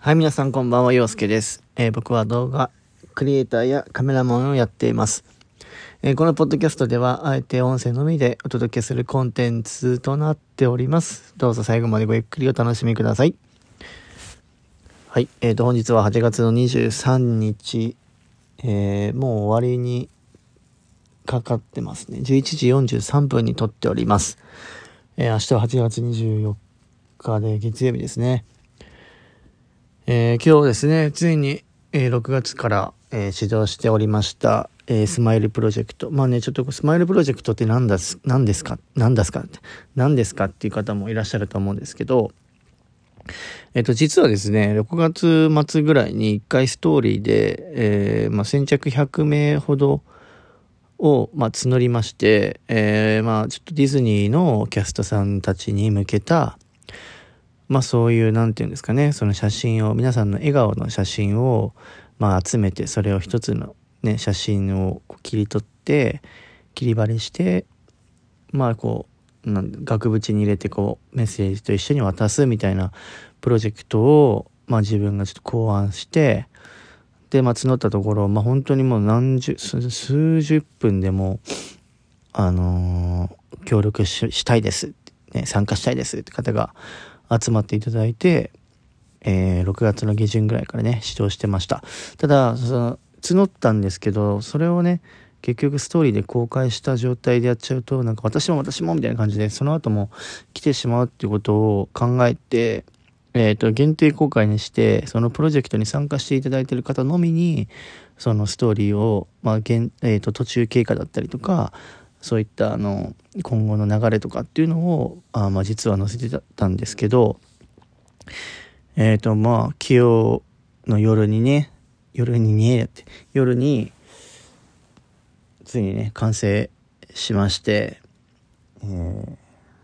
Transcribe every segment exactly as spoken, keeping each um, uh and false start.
はい、皆さんこんばんは、陽介です。えー僕は動画クリエイターやカメラマンをやっています。えーこのポッドキャストでは、あえて音声のみでお届けするコンテンツとなっております。どうぞ最後までごゆっくりお楽しみください。はい、えーと、本日ははちがつのにじゅうさんにち、えーもう終わりにかかってますね。じゅういちじよんじゅうさんぷんに撮っております。えー明日ははちがつにじゅうよっかで月曜日ですね。えー今日ですね、ついに、えーろくがつから、えー始動しておりました、えースマイルプロジェクト。まあね、ちょっとスマイルプロジェクトって何だす、何ですか何ですかって、何ですかっていう方もいらっしゃると思うんですけど、えっと、実はですね、ろくがつ末ぐらいに一回ストーリーで、えーまあ、先着ひゃくめいほどを、まあ、募りまして、えーまあ、ちょっとディズニーのキャストさんたちに向けた、まあそういうなんていうんですかね、その写真を、皆さんの笑顔の写真をまあ集めて、それを一つのね写真をこう切り取って切り貼りして、まあこうなん額縁に入れてこうメッセージと一緒に渡すみたいなプロジェクトをまあ自分がちょっと考案して、でまあ募ったところ、まあ本当にもう何十数数十分でもあのー協力 し, したいですね、参加したいですって方が集まっていただいて、えー、ろくがつの下旬ぐらいからね指導してました。ただその募ったんですけど、それをね結局ストーリーで公開した状態でやっちゃうと、なんか私も私もみたいな感じでその後も来てしまうっていうことを考えて、えーと限定公開にして、そのプロジェクトに参加していただいている方のみにそのストーリーを、まあ現えーと途中経過だったりとか、そういったあの今後の流れとかっていうのをあまあ実は載せてたんですけど、えっとまあ昨日の夜にね夜にねやって夜についにね完成しまして、えー、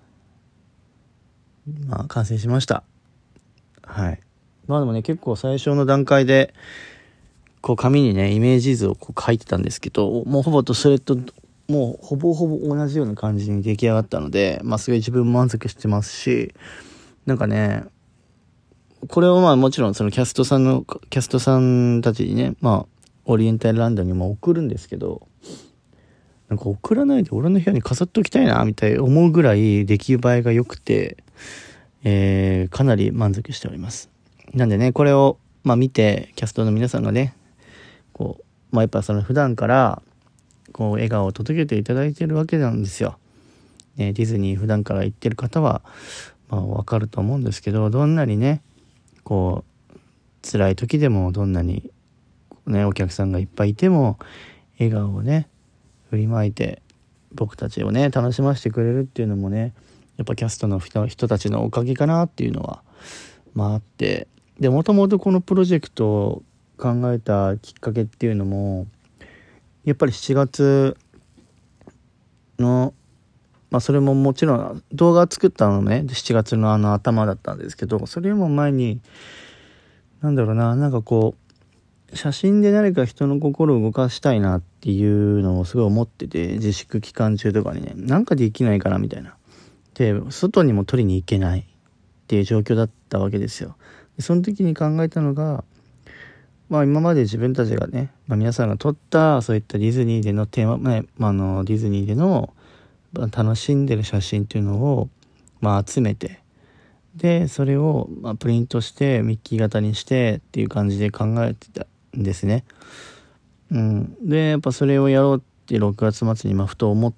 まあ完成しました。はい。まあでもね結構最初の段階でこう紙にねイメージ図をこう書いてたんですけど、もうほぼとそれともうほぼほぼ同じような感じに出来上がったので、まあすごい自分も満足してますし、なんかねこれをまあもちろんそのキャストさんのキャストさんたちにね、まあオリエンタルランドにも送るんですけど、なんか送らないで俺の部屋に飾っておきたいなみたいな思うぐらい出来栄えが良くて、えー、かなり満足しております。なんでねこれをまあ見てキャストの皆さんがねこうまあやっぱその普段からこう笑顔を届けていただいているわけなんですよ。ね、ディズニー普段から行ってる方はまあわかると思うんですけど、どんなにねこう辛い時でもどんなにねお客さんがいっぱいいても笑顔をね振りまいて僕たちをね楽しませてくれるっていうのもね、やっぱキャストの人、人たちのおかげかなっていうのはまああって、でもともとこのプロジェクトを考えたきっかけっていうのもやっぱりしちがつのまあそれももちろん動画作ったのねしちがつのあの頭だったんですけど、それよりも前になんだろうな、なんかこう写真で誰か人の心を動かしたいなっていうのをすごい思ってて、自粛期間中とかにねなんかできないかなみたいな、で外にも撮りに行けないっていう状況だったわけですよ。でその時に考えたのが、まあ今まで自分たちがね、まあ、皆さんが撮ったそういったディズニーでのテーマ、ねまあ、あのディズニーでの楽しんでる写真っていうのをまあ集めて、でそれをまあプリントしてミッキー型にしてっていう感じで考えてたんですね。うん、でやっぱそれをやろうってろくがつ末にまあふと思って、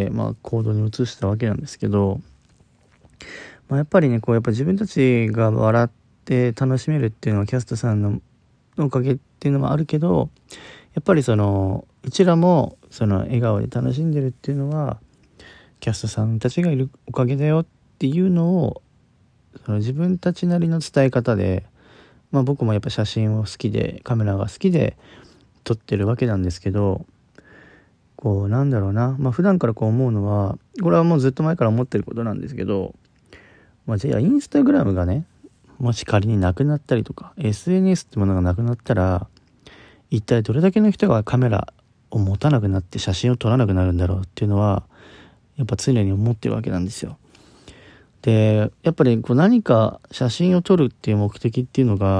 まあ、行動に移したわけなんですけど、まあ、やっぱりねこうやっぱ自分たちが笑って楽しめるっていうのはキャストさんのおかげっていうのもあるけど、やっぱりそのうちらもその笑顔で楽しんでるっていうのはキャストさんたちがいるおかげだよっていうのをその自分たちなりの伝え方で、まあ僕もやっぱ写真を好きでカメラが好きで撮ってるわけなんですけど、こうなんだろうな、まあ普段からこう思うのは、これはもうずっと前から思ってることなんですけど、まあじゃあインスタグラムがねもし仮になくなったりとか エスエヌエス ってものがなくなったら、一体どれだけの人がカメラを持たなくなって写真を撮らなくなるんだろうっていうのはやっぱ常に思ってるわけなんですよ。でやっぱりこう何か写真を撮るっていう目的っていうのが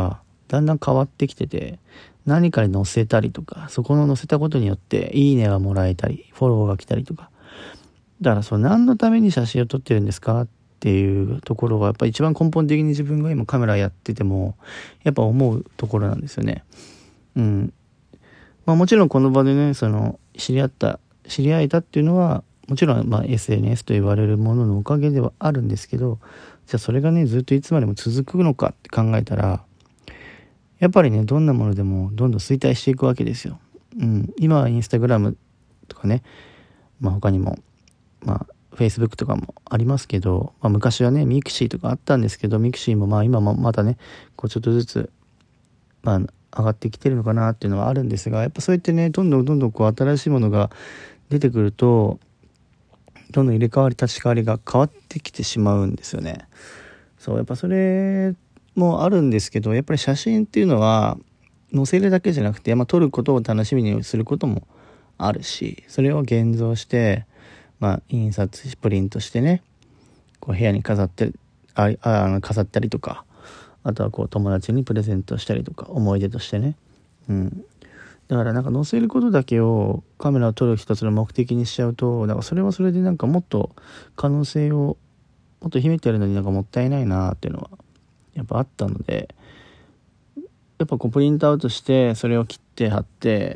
だんだん変わってきてて、何かに載せたりとか、そこの載せたことによっていいねがもらえたり、フォローが来たりとか。だからその何のために写真を撮ってるんですかっていうところがやっぱり一番根本的に自分が今カメラやっててもやっぱ思うところなんですよね。うん。まあもちろんこの場でね、その知り合った、知り合えたっていうのはもちろんまあ エスエヌエス と言われるもののおかげではあるんですけど、じゃあそれがねずっといつまでも続くのかって考えたら、やっぱりねどんなものでもどんどん衰退していくわけですよ。うん。今はインスタグラムとかね、まあ他にもまあ Facebook とかもありますけど、まあ、昔はねミクシーとかあったんですけど、ミクシーもまあ今もまたねこうちょっとずつまあ上がってきてるのかなっていうのはあるんですが、やっぱそうやってねどんどんどんどんこう新しいものが出てくるとどんどん入れ替わり立ち替わりが変わってきてしまうんですよね。そうやっぱそれもあるんですけど、やっぱり写真っていうのは載せるだけじゃなくて、まあ、撮ることを楽しみにすることもあるし、それを現像してまあ印刷プリントしてね、こう部屋に飾ってああの飾ったりとか、あとはこう友達にプレゼントしたりとか、思い出としてね。うん。だからなんか載せることだけをカメラを撮る一つの目的にしちゃうと、だからそれはそれでなんかもっと可能性をもっと秘めてるのになんかもったいないなっていうのはやっぱあったので、やっぱこうプリントアウトしてそれを切って貼って、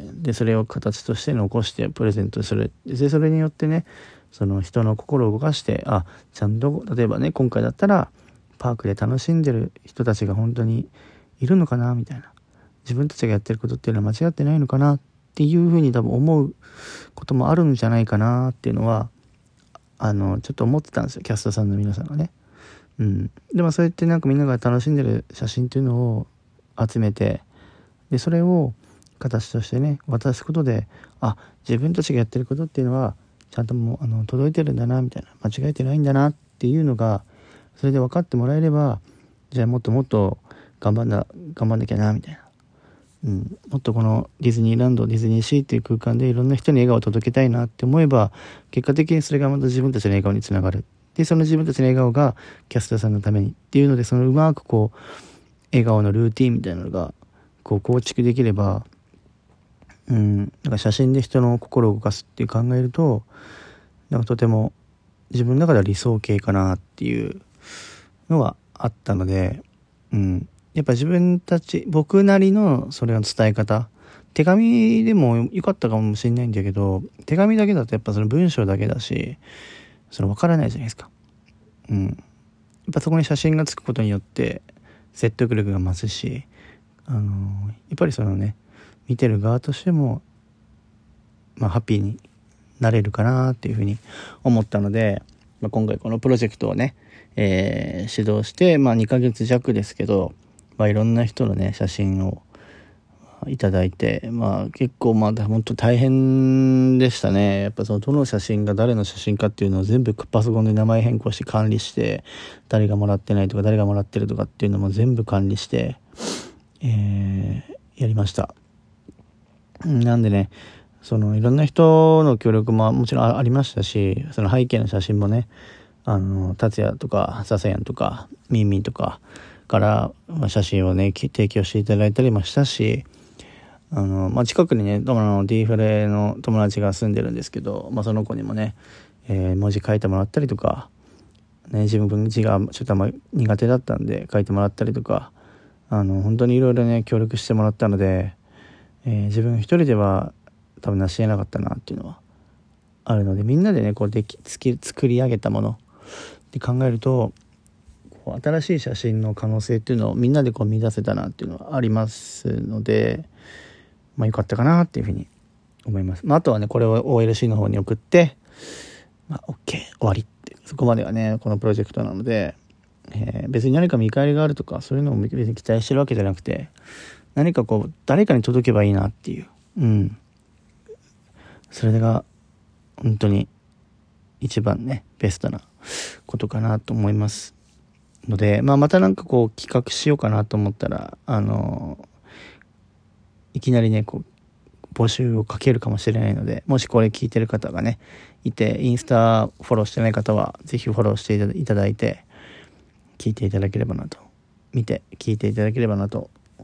でそれを形として残してプレゼントする。でそれによってねその人の心を動かして、あちゃんと例えばね今回だったらパークで楽しんでる人たちが本当にいるのかなみたいな、自分たちがやってることっていうのは間違ってないのかなっていうふうに多分思うこともあるんじゃないかなっていうのはあのちょっと思ってたんですよ、キャストさんの皆さんがね。うん。でもそうやってなんかみんなが楽しんでる写真っていうのを集めて、でそれを形としてね渡すことで、あ自分たちがやってることっていうのはちゃんともうあの届いてるんだなみたいな、間違えてないんだなっていうのがそれで分かってもらえれば、じゃあもっともっと頑張んな頑張んなきゃなみたいな、うん、もっとこのディズニーランドディズニーシーっていう空間でいろんな人に笑顔を届けたいなって思えば、結果的にそれがまた自分たちの笑顔につながる。でその自分たちの笑顔がキャスターさんのためにっていうので、そのうまくこう笑顔のルーティンみたいなのがこう構築できれば、うん、なんか写真で人の心を動かすっていう考えると、なんかとても自分の中では理想形かなっていうのはあったので、うん、やっぱ自分たち僕なりのそれの伝え方、手紙でもよかったかもしれないんだけど、手紙だけだとやっぱその文章だけだし、その分からないじゃないですか。うん、やっぱそこに写真がつくことによって説得力が増すし、あのー、やっぱりそのね見てる側としてもまあハッピーになれるかなっていうふうに思ったので、まあ、今回このプロジェクトをね、えー、指導してまあにかげつ弱ですけど、まあ、いろんな人のね写真をいただいて、まあ結構まあ本当大変でしたね。やっぱそのどの写真が誰の写真かっていうのを全部パソコンで名前変更して管理して、誰がもらってないとか誰がもらってるとかっていうのも全部管理して、えー、やりました。なんでね、そのいろんな人の協力ももちろんありましたし、その背景の写真もね、あの達也とか笹谷とかミンミンとかから写真をね提供していただいたりもしたし、あの、まあ、近くにね、あの D フレの友達が住んでるんですけど、まあ、その子にもね、えー、文字書いてもらったりとか、ね、自分字がちょっとあんま苦手だったんで書いてもらったりとか、あの本当にいろいろね協力してもらったので、えー、自分一人では多分成し得なかったなっていうのはあるので、みんなでねこうでき作り上げたものって考えると、こう新しい写真の可能性っていうのをみんなでこう見出せたなっていうのはありますので、まあ良かったかなっていうふうに思います。まああとはねこれを オーエルシー の方に送って、まあ OK 終わりって、そこまではねこのプロジェクトなので、えー、別に何か見返りがあるとかそういうのを別に期待してるわけじゃなくて、何かこう誰かに届けばいいなっていう、うん、それが本当に一番ねベストなことかなと思いますので、まあまたなんかこう企画しようかなと思ったら、あのーいきなりねこう募集をかけるかもしれないので、もしこれ聞いてる方がねいて、インスタフォローしてない方はぜひフォローしていただいて聞いていただければなと見て聞いていただければなと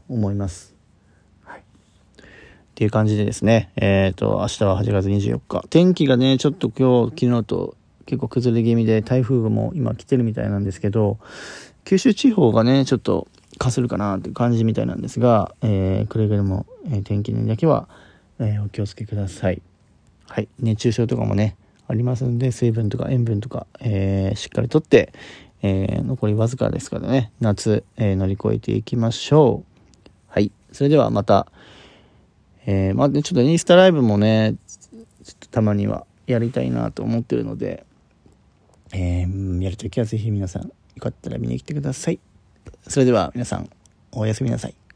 思います。はい。っていう感じでですね、えっと、明日ははちがつにじゅうよっか。天気がね、ちょっと今日、昨日と結構崩れ気味で、台風も今来てるみたいなんですけど、九州地方がね、ちょっとかするかなっていう感じみたいなんですが、えー、くれぐれも、えー、天気にだけは、えー、お気をつけください。はい。熱中症とかもね、ありますんで、水分とか塩分とか、えー、しっかりとって、えー、残りわずかですからね、夏、えー、乗り越えていきましょう。はい。それではまた、えー、まあ、ちょっとインスタライブもね、ちょっとたまにはやりたいなと思ってるので、えー、やるときはぜひ皆さん、よかったら見に来てください。それでは皆さん、おやすみなさい。